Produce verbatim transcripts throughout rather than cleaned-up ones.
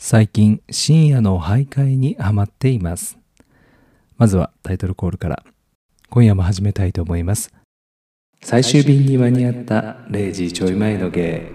最近深夜の徘徊にハマっています。まずはタイトルコールから今夜も始めたいと思います。最終便に間に合ったれいじちょい前の芸。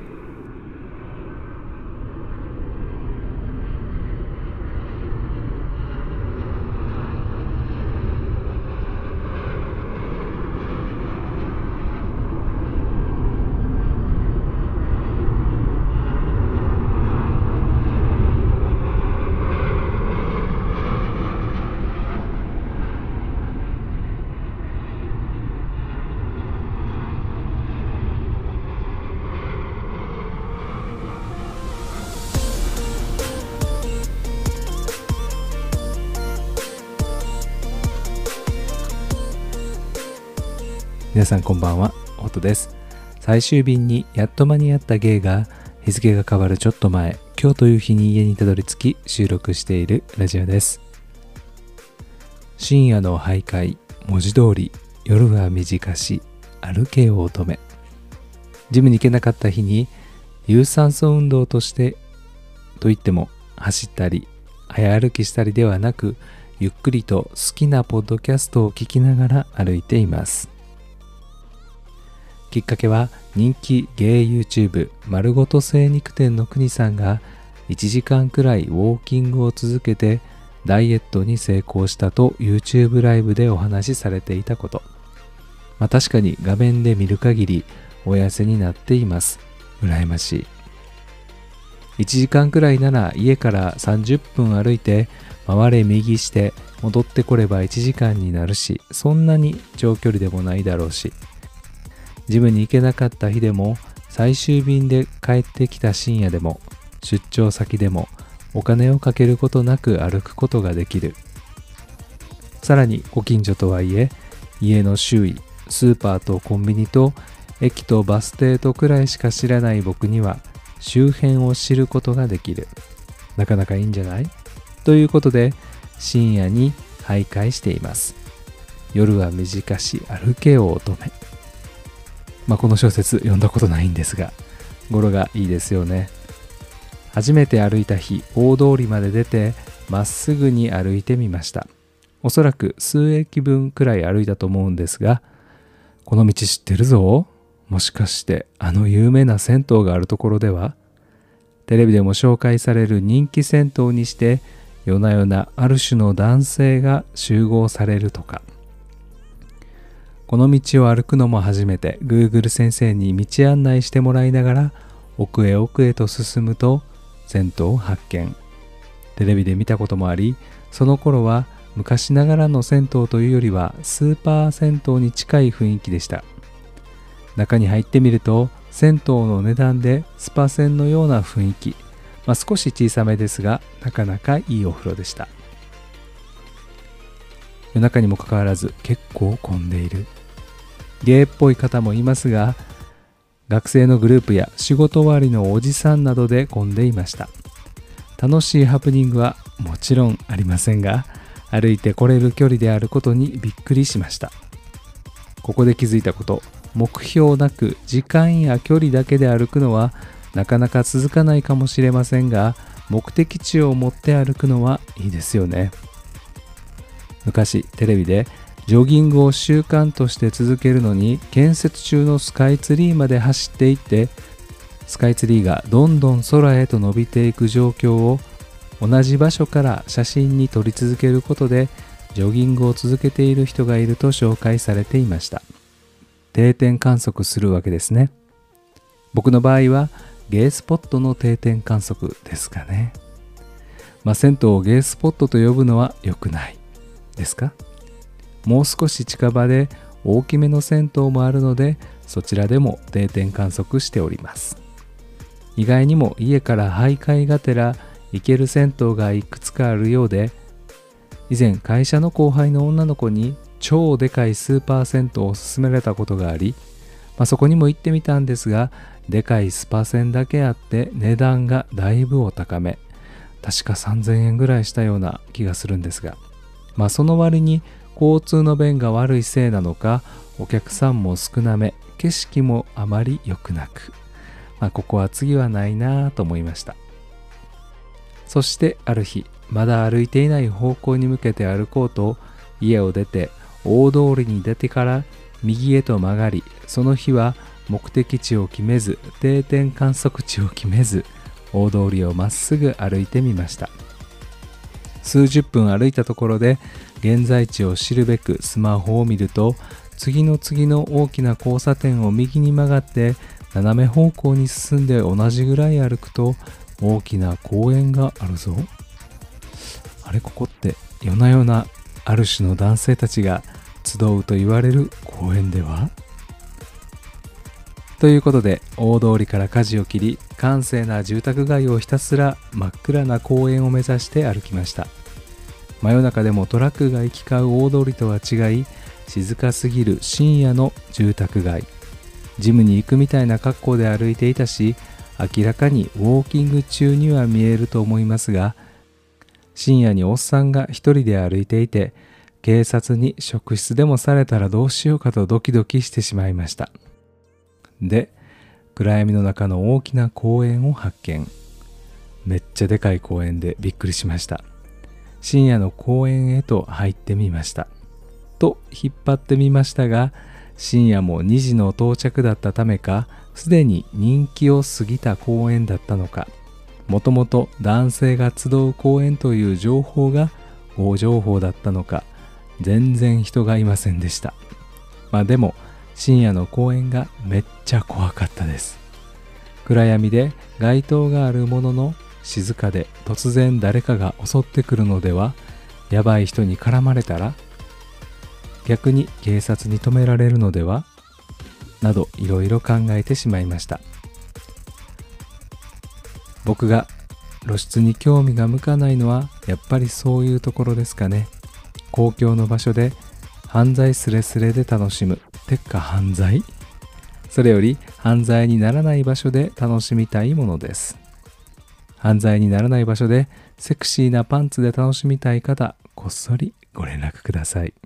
皆さんこんばんは、オトです。最終便にやっと間に合った芸が日付が変わるちょっと前、今日という日に家にたどり着き収録しているラジオです。深夜の徘徊、文字通り夜は短し歩けよ乙女。ジムに行けなかった日に有酸素運動としてといっても走ったり早歩きしたりではなく、ゆっくりと好きなポッドキャストを聞きながら歩いています。きっかけは人気ゲイ YouTube 丸ごと精肉店のくにさんがいちじかんくらいウォーキングを続けてダイエットに成功したと YouTube ライブでお話しされていたこと。まあ確かに画面で見る限りお痩せになっています。羨ましい。いちじかんくらいなら家からさんじゅっぷん歩いて回れ右して戻ってこればいちじかんになるし、そんなに長距離でもないだろうし、ジムに行けなかった日でも最終便で帰ってきた深夜でも出張先でもお金をかけることなく歩くことができる。さらにご近所とはいえ家の周囲、スーパーとコンビニと駅とバス停とくらいしか知らない僕には周辺を知ることができる。なかなかいいんじゃない？ということで深夜に徘徊しています。夜は短し歩けよ乙女。まあこの小説読んだことないんですが、語呂がいいですよね。初めて歩いた日、大通りまで出てまっすぐに歩いてみました。おそらく数駅分くらい歩いたと思うんですが、この道知ってるぞ。もしかしてあの有名な銭湯があるところでは？テレビでも紹介される人気銭湯にして夜な夜なある種の男性が集合されるとか。この道を歩くのも初めて Google 先生に道案内してもらいながら奥へ奥へと進むと銭湯を発見。テレビで見たこともあり、その頃は昔ながらの銭湯というよりはスーパー銭湯に近い雰囲気でした。中に入ってみると銭湯の値段でスパ銭のような雰囲気、まあ、少し小さめですがなかなかいいお風呂でした。夜中にもかかわらず結構混んでいる。ゲイっぽい方もいますが、学生のグループや仕事終わりのおじさんなどで混んでいました。楽しいハプニングはもちろんありませんが、歩いて来れる距離であることにびっくりしました。ここで気づいたこと、目標なく時間や距離だけで歩くのはなかなか続かないかもしれませんが、目的地を持って歩くのはいいですよね。昔テレビでジョギングを習慣として続けるのに建設中のスカイツリーまで走っていって、スカイツリーがどんどん空へと伸びていく状況を同じ場所から写真に撮り続けることでジョギングを続けている人がいると紹介されていました。定点観測するわけですね。僕の場合はゲイスポットの定点観測ですかね。まあ銭湯をゲイスポットと呼ぶのは良くないですか？もう少し近場で大きめの銭湯もあるので、そちらでも定点観測しております。意外にも家から徘徊がてら行ける銭湯がいくつかあるようで、以前会社の後輩の女の子に超でかいスーパー銭湯を勧められたことがあり、まあ、そこにも行ってみたんですが、でかいスパ銭だけあって値段がだいぶお高め、確かさんぜんえんぐらいしたような気がするんですが、まあその割に交通の便が悪いせいなのか、お客さんも少なめ、景色もあまり良くなく、まあ、ここは次はないなぁと思いました。 そしてある日、まだ歩いていない方向に向けて歩こうと家を出て大通りに出てから右へと曲がり、その日は目的地を決めず定点観測地を決めず大通りをまっすぐ歩いてみました。数十分歩いたところで現在地を知るべくスマホを見ると、次の次の大きな交差点を右に曲がって斜め方向に進んで同じぐらい歩くと大きな公園があるぞ。あれ、ここって夜な夜なある種の男性たちが集うと言われる公園では？ということで大通りから舵を切り、閑静な住宅街をひたすら真っ暗な公園を目指して歩きました。真夜中でもトラックが行き交う大通りとは違い、静かすぎる深夜の住宅街。ジムに行くみたいな格好で歩いていたし、明らかにウォーキング中には見えると思いますが、深夜におっさんが一人で歩いていて、警察に職質でもされたらどうしようかとドキドキしてしまいました。で、暗闇の中の大きな公園を発見。めっちゃでかい公園でびっくりしました。深夜の公園へと入ってみました。と引っ張ってみましたが、深夜もにじの到着だったためか、すでに人気を過ぎた公園だったのか、もともと男性が集う公園という情報が誤情報だったのか、全然人がいませんでした。まあでも深夜の公園がめっちゃ怖かったです。暗闇で街灯があるものの静かで、突然誰かが襲ってくるのでは、やばい人に絡まれたら、逆に警察に止められるのでは、などいろいろ考えてしまいました。僕が露出に興味が向かないのはやっぱりそういうところですかね。公共の場所で犯罪スレスレで楽しむ。てか犯罪？それより犯罪にならない場所で楽しみたいものです。犯罪にならない場所でセクシーなパンツで楽しみたい方、こっそりご連絡ください。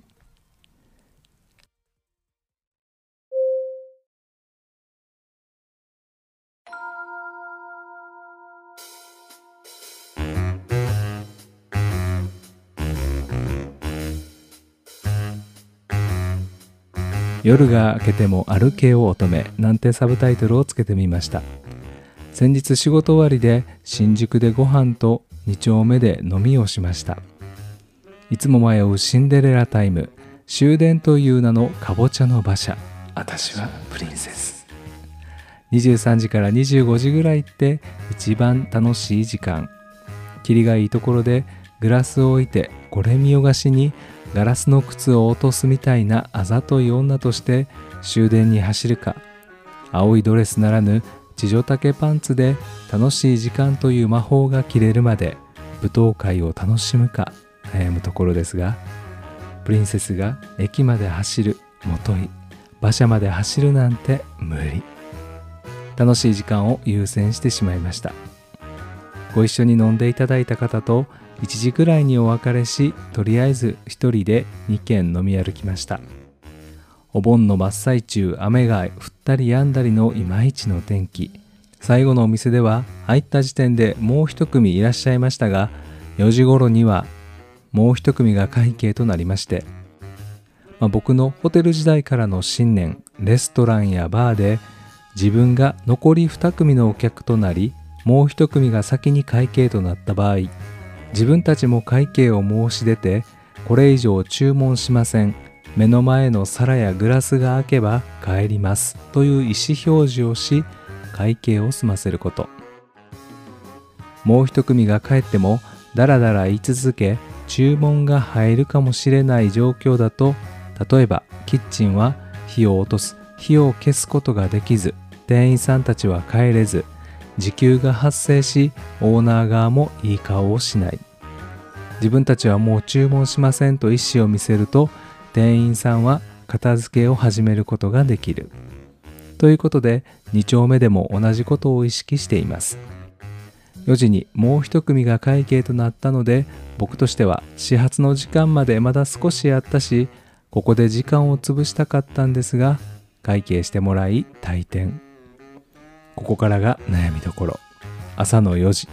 夜が明けても歩けよ乙女なんてサブタイトルをつけてみました。先日仕事終わりで新宿でご飯とに丁目で飲みをしました。いつも迷うシンデレラタイム、終電という名のかぼちゃの馬車、私はプリンセス。にじゅうさんじからにじゅうごじぐらいって一番楽しい時間。霧がいいところでグラスを置いて、これ見よがしにガラスの靴を落とすみたいなあざとい女として終電に走るか、青いドレスならぬ地女丈パンツで楽しい時間という魔法が切れるまで舞踏会を楽しむか悩むところですが、プリンセスが駅まで走るもとい、馬車まで走るなんて無理。楽しい時間を優先してしまいました。ご一緒に飲んでいただいた方といちじくらいにお別れし、とりあえず一人でにけん飲み歩きました。お盆の真っ最中、雨が降ったり止んだりのいまいちの天気。最後のお店では入った時点でもう一組いらっしゃいましたが、よじ頃にはもう一組が会計となりまして、まあ、僕のホテル時代からの信念、レストランやバーで自分が残りに組のお客となり、もう一組が先に会計となった場合、自分たちも会計を申し出て、これ以上注文しません、目の前の皿やグラスが空けば帰りますという意思表示をし、会計を済ませること。もう一組が帰ってもだらだら言い続け、注文が入るかもしれない状況だと、例えばキッチンは火を落とす、火を消すことができず、店員さんたちは帰れず、時給が発生し、オーナー側もいい顔をしない。自分たちはもう注文しませんと意思を見せると、店員さんは片付けを始めることができる。ということで、に丁目でも同じことを意識しています。よじにもう一組が会計となったので、僕としては始発の時間までまだ少しあったし、ここで時間を潰したかったんですが、会計してもらい退店。ここからが悩みどころ。朝のよじ、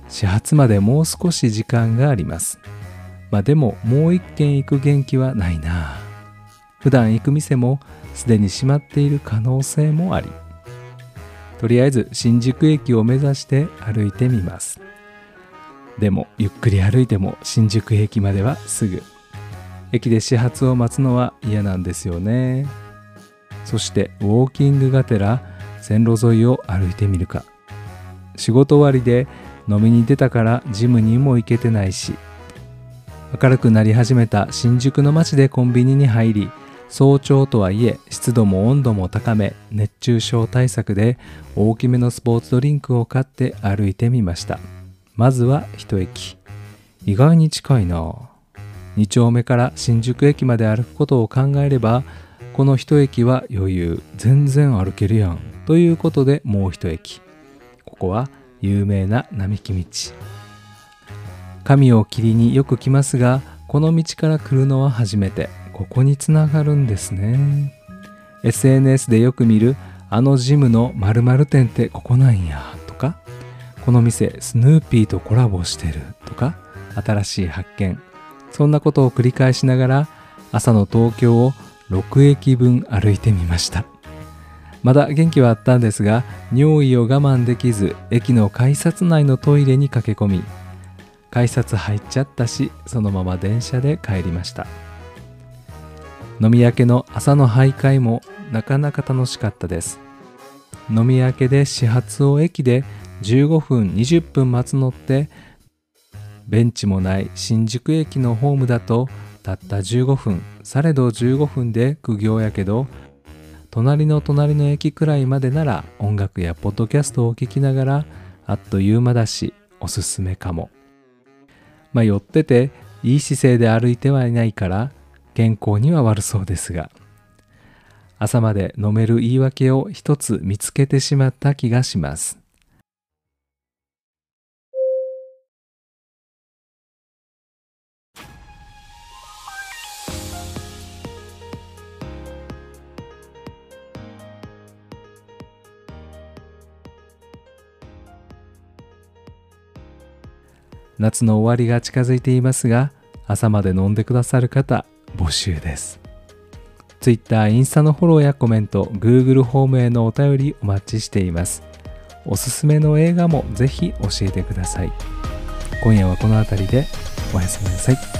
始発までもう少し時間があります。まあでももう一軒行く元気はないな。普段行く店もすでに閉まっている可能性もあり、とりあえず新宿駅を目指して歩いてみます。でもゆっくり歩いても新宿駅まではすぐ。駅で始発を待つのは嫌なんですよね。そしてウォーキングがてら線路沿いを歩いてみるか。仕事終わりで飲みに出たからジムにも行けてないし、明るくなり始めた新宿の街でコンビニに入り、早朝とはいえ湿度も温度も高め、熱中症対策で大きめのスポーツドリンクを買って歩いてみました。まずは一駅。意外に近いな。に丁目から新宿駅まで歩くことを考えれば、この一駅は余裕、全然歩けるやんということで、もう一駅。ここは有名な並木道。髪を切りによく来ますが、この道から来るのは初めて。ここにつながるんですね。 エスエヌエス でよく見るあのジムの〇〇店ってここなんやとか、この店スヌーピーとコラボしてるとか、新しい発見。そんなことを繰り返しながら朝の東京をろく駅分歩いてみました。まだ元気はあったんですが、尿意を我慢できず駅の改札内のトイレに駆け込み、改札入っちゃったし、そのまま電車で帰りました。飲み明けの朝の徘徊もなかなか楽しかったです。飲み明けで始発を駅でじゅうごふんにじゅっぷん待つのって、ベンチもない新宿駅のホームだとたったじゅうごふん、されどじゅうごふんで苦行やけど、隣の隣の駅くらいまでなら音楽やポッドキャストを聞きながらあっという間だし、おすすめかも。まあ寄ってていい姿勢で歩いてはいないから健康には悪そうですが、朝まで飲める言い訳を一つ見つけてしまった気がします。夏の終わりが近づいていますが、朝まで飲んでくださる方募集です。Twitter、インスタのフォローやコメント、Google ホームへのお便りお待ちしています。おすすめの映画もぜひ教えてください。今夜はこの辺りでおやすみなさい。